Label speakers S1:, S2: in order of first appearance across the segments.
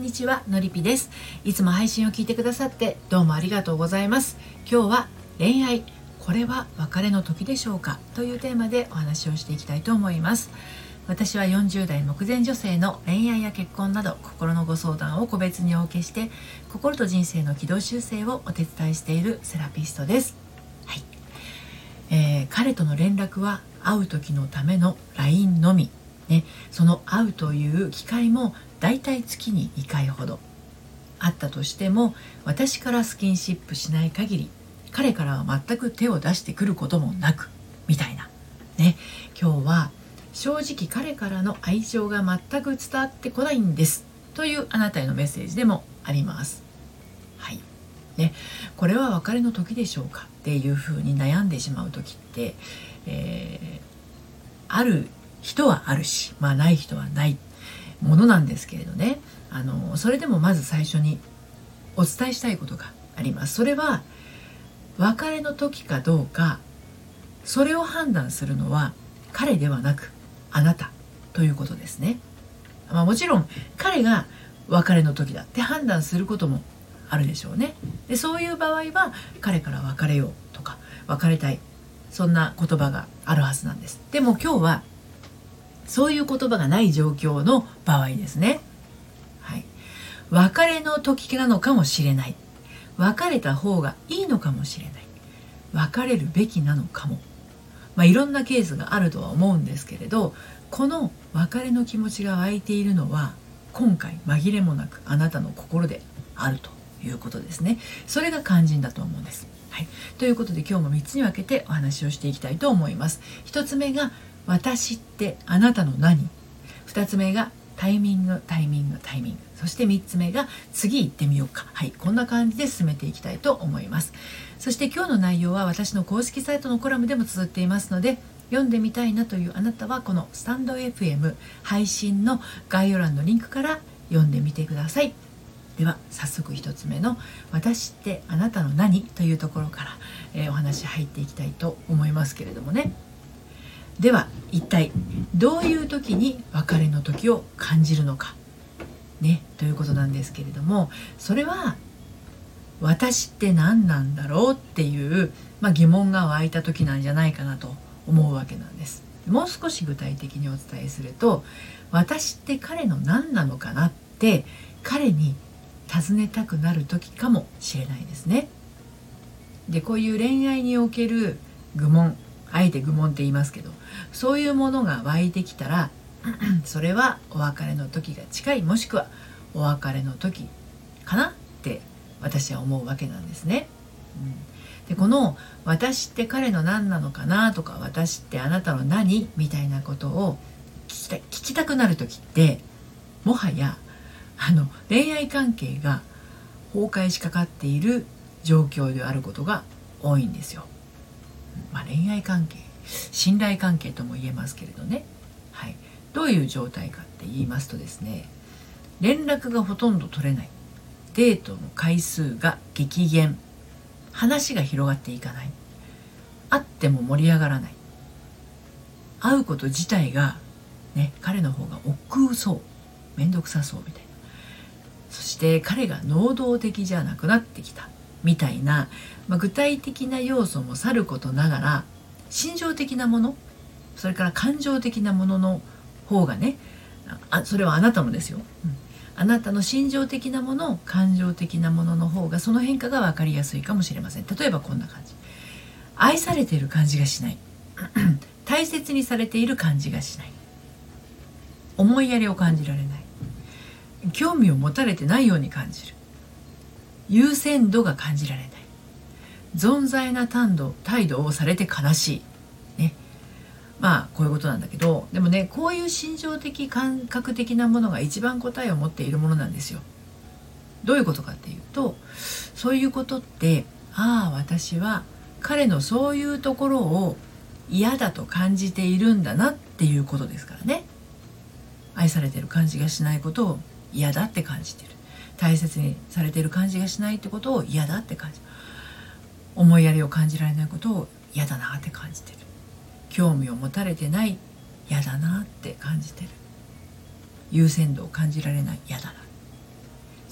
S1: にちは、のりぴです。いつも配信を聞いてくださってどうもありがとうございます。今日は恋愛、これは別れの時でしょうかというテーマでお話をしていきたいと思います。私は40代目前女性の恋愛や結婚など心のご相談を個別にお受けして、心と人生の軌道修正をお手伝いしているセラピストです。はい。彼との連絡は会う時のための LINE のみ、ね、その会うという機会もだいたい月に2回ほど。あったとしても私からスキンシップしない限り彼からは全く手を出してくることもなく、みたいなね。今日は正直彼からの愛情が全く伝わってこないんですというあなたへのメッセージでもあります。はいね、これは別れの時でしょうかっていうふうに悩んでしまう時って、ある人はあるし、ない人はないものなんですけれどね。それでもまず最初にお伝えしたいことがあります。それは別れの時かどうか、それを判断するのは彼ではなくあなたということですね。もちろん彼が別れの時だって判断することもあるでしょうね。でそういう場合は彼から別れようとか別れたい、そんな言葉があるはずなんです。でも今日はそういう言葉がない状況の場合ですね。はい。別れの時なのかもしれない。別れた方がいいのかもしれない。別れるべきなのかも。いろんなケースがあるとは思うんですけれど、この別れの気持ちが湧いているのは今回紛れもなくあなたの心であるということですね。それが肝心だと思うんです。はい。ということで今日も3つに分けてお話をしていきたいと思います。1つ目が私ってあなたの何。2つ目がタイミング。そして3つ目が次行ってみようか。はい、こんな感じで進めていきたいと思います。そして今日の内容は私の公式サイトのコラムでも綴っていますので、読んでみたいなというあなたはこのスタンド FM 配信の概要欄のリンクから読んでみてください。では早速1つ目の私ってあなたの何というところから、お話入っていきたいと思いますけれどもね。では一体どういう時に別れの時を感じるのかね、ということなんですけれども、それは私って何なんだろうっていう、疑問が湧いた時なんじゃないかなと思うわけなんです。もう少し具体的にお伝えすると、私って彼の何なのかなって彼に尋ねたくなる時かもしれないですね。でこういう恋愛における愚問、あえて愚問って言いますけど、そういうものが湧いてきたらそれはお別れの時が近い、もしくはお別れの時かなって私は思うわけなんですね。でこの私って彼の何なのかなとか、私ってあなたの何みたいなことを聞きたくなる時って、もはや恋愛関係が崩壊しかかっている状況であることが多いんですよ。恋愛関係、信頼関係とも言えますけれどね。はい。どういう状態かって言いますとですね、連絡がほとんど取れない、デートの回数が激減、話が広がっていかない、会っても盛り上がらない、会うこと自体がね、彼の方が億劫そう、めんどくさそうみたいな、そして彼が能動的じゃなくなってきたみたいな、具体的な要素もさることながら、心情的なもの、それから感情的なものの方がね、それはあなたのですよ、あなたの心情的なもの、感情的なものの方が、その変化が分かりやすいかもしれません。例えばこんな感じ。愛されている感じがしない大切にされている感じがしない、思いやりを感じられない、興味を持たれてないように感じる、優先度が感じられない、存在な態度をされて悲しいね。こういうことなんだけど、でもね、こういう心情的感覚的なものが一番答えを持っているものなんですよ。どういうことかっていうと、そういうことって、私は彼のそういうところを嫌だと感じているんだなっていうことですからね。愛されてる感じがしないことを嫌だって感じてる、大切にされてる感じがしないってことを嫌だって感じる、思いやりを感じられないことを嫌だなって感じてる、興味を持たれてない、嫌だなって感じてる、優先度を感じられない、嫌だな。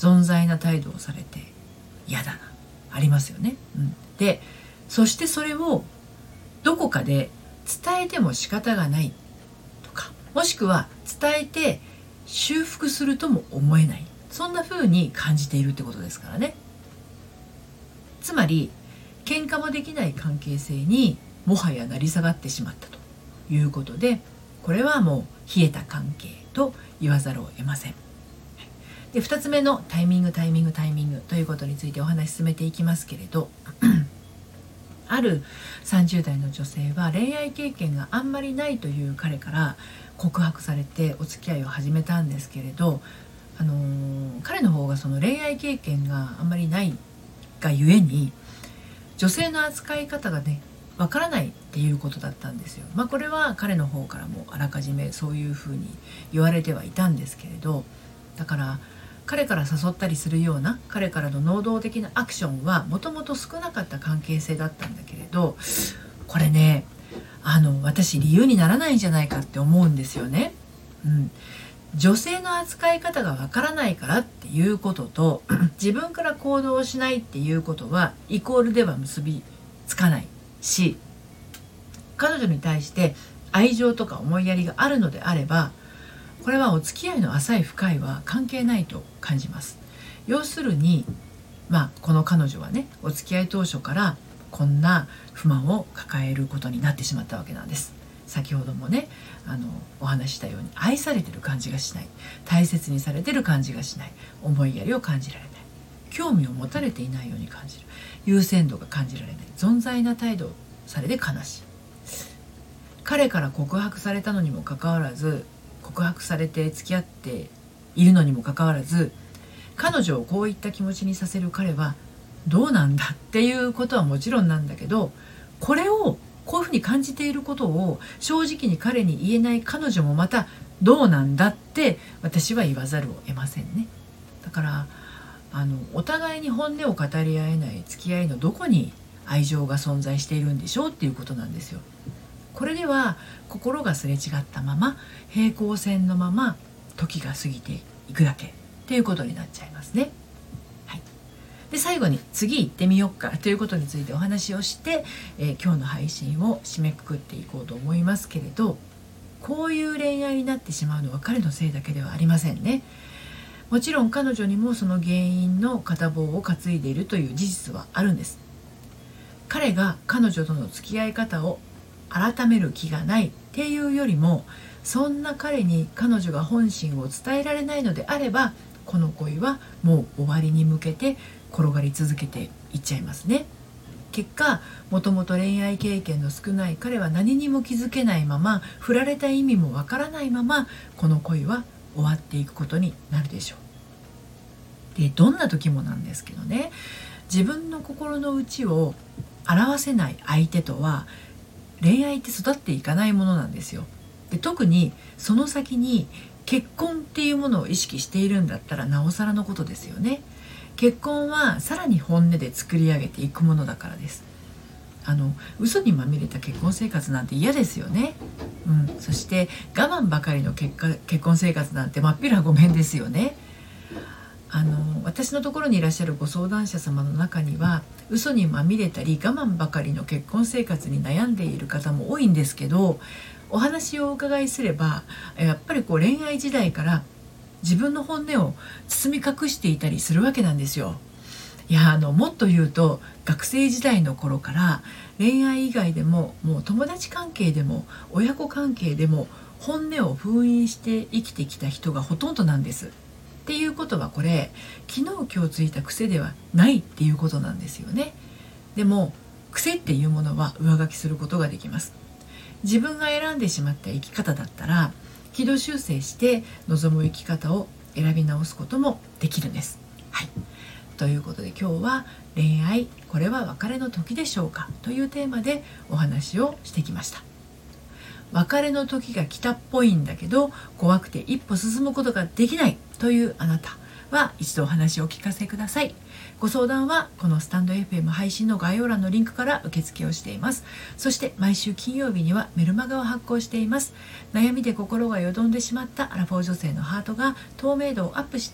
S1: 存在な態度をされて嫌だな、ありますよね。でそしてそれをどこかで伝えても仕方がないとか、もしくは伝えて修復するとも思えない、そんな風に感じているってことですからね。つまり喧嘩もできない関係性にもはや成り下がってしまったということで、これはもう冷えた関係と言わざるを得ません。で2つ目のタイミングということについてお話し進めていきますけれどある30代の女性は恋愛経験があんまりないという彼から告白されてお付き合いを始めたんですけれど、彼の方がその恋愛経験があんまりないがゆえに女性の扱い方がねわからないっていうことだったんですよ。これは彼の方からもあらかじめそういうふうに言われてはいたんですけれど、だから彼から誘ったりするような彼からの能動的なアクションはもともと少なかった関係性だったんだけれど、これね私理由にならないんじゃないかって思うんですよね。女性の扱い方がわからないからっていうことと自分から行動しないっていうことはイコールでは結びつかないし、彼女に対して愛情とか思いやりがあるのであれば、これはお付き合いの浅い深いは関係ないと感じます。要するにこの彼女はねお付き合い当初からこんな不満を抱えることになってしまったわけなんです。先ほどもねお話ししたように愛されてる感じがしない、大切にされてる感じがしない、思いやりを感じられない、興味を持たれていないように感じる、優先度が感じられない、存在な態度をされて悲しい。彼から告白されたのにもかかわらず、告白されて付き合っているのにもかかわらず、彼女をこういった気持ちにさせる彼はどうなんだっていうことはもちろんなんだけど、これをこういうふうに感じていることを正直に彼に言えない彼女もまたどうなんだって私は言わざるを得ませんね。だからお互いに本音を語り合えない付き合いのどこに愛情が存在しているんでしょうっていうことなんですよ。これでは心がすれ違ったまま平行線のまま時が過ぎていくだけっていうことになっちゃいますね。で最後に次行ってみようかということについてお話をして、今日の配信を締めくくっていこうと思いますけれど、こういう恋愛になってしまうのは彼のせいだけではありませんね。もちろん彼女にもその原因の片棒を担いでいるという事実はあるんです。彼が彼女との付き合い方を改める気がないっていうよりも、そんな彼に彼女が本心を伝えられないのであれば、この恋はもう終わりに向けて転がり続けていっちゃいますね。結果もともと恋愛経験の少ない彼は何にも気づけないまま、振られた意味もわからないままこの恋は終わっていくことになるでしょう。でどんな時もなんですけどね、自分の心の内を表せない相手とは恋愛って育っていかないものなんですよ。で特にその先に結婚っていうものを意識しているんだったらなおさらのことですよね。結婚はさらに本音で作り上げていくものだからです。嘘にまみれた結婚生活なんて嫌ですよね。そして我慢ばかりの結婚生活なんてまっぴらごめんですよね。私のところにいらっしゃるご相談者様の中には嘘にまみれたり我慢ばかりの結婚生活に悩んでいる方も多いんですけど、お話をお伺いすればやっぱり恋愛時代から自分の本音を包み隠していたりするわけなんですよ。いやもっと言うと学生時代の頃から恋愛以外でももう友達関係でも親子関係でも本音を封印して生きてきた人がほとんどなんです。っていうことはこれ昨日今日ついた癖ではないっていうことなんですよね。でも癖っていうものは上書きすることができます。自分が選んでしまった生き方だったら軌道修正して望む生き方を選び直すこともできるんです。ということで今日は恋愛これは別れの時でしょうかというテーマでお話をしてきました。別れの時が来たっぽいんだけど怖くて一歩進むことができないというあなたは一度お話をお聞かせください。ご相談はこのスタンド FM 配信の概要欄のリンクから受付をしています。そして毎週金曜日にはメルマガを発行しています。悩みで心がよどんでしまったアラフォー女性のハートが透明度をアップして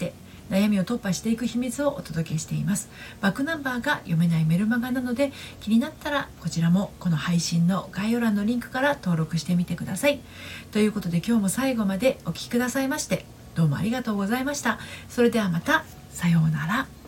S1: 悩みを突破していく秘密をお届けしています。バックナンバーが読めないメルマガなので、気になったらこちらもこの配信の概要欄のリンクから登録してみてください。ということで今日も最後までお聞きくださいましてどうもありがとうございました。それではまた、さようなら。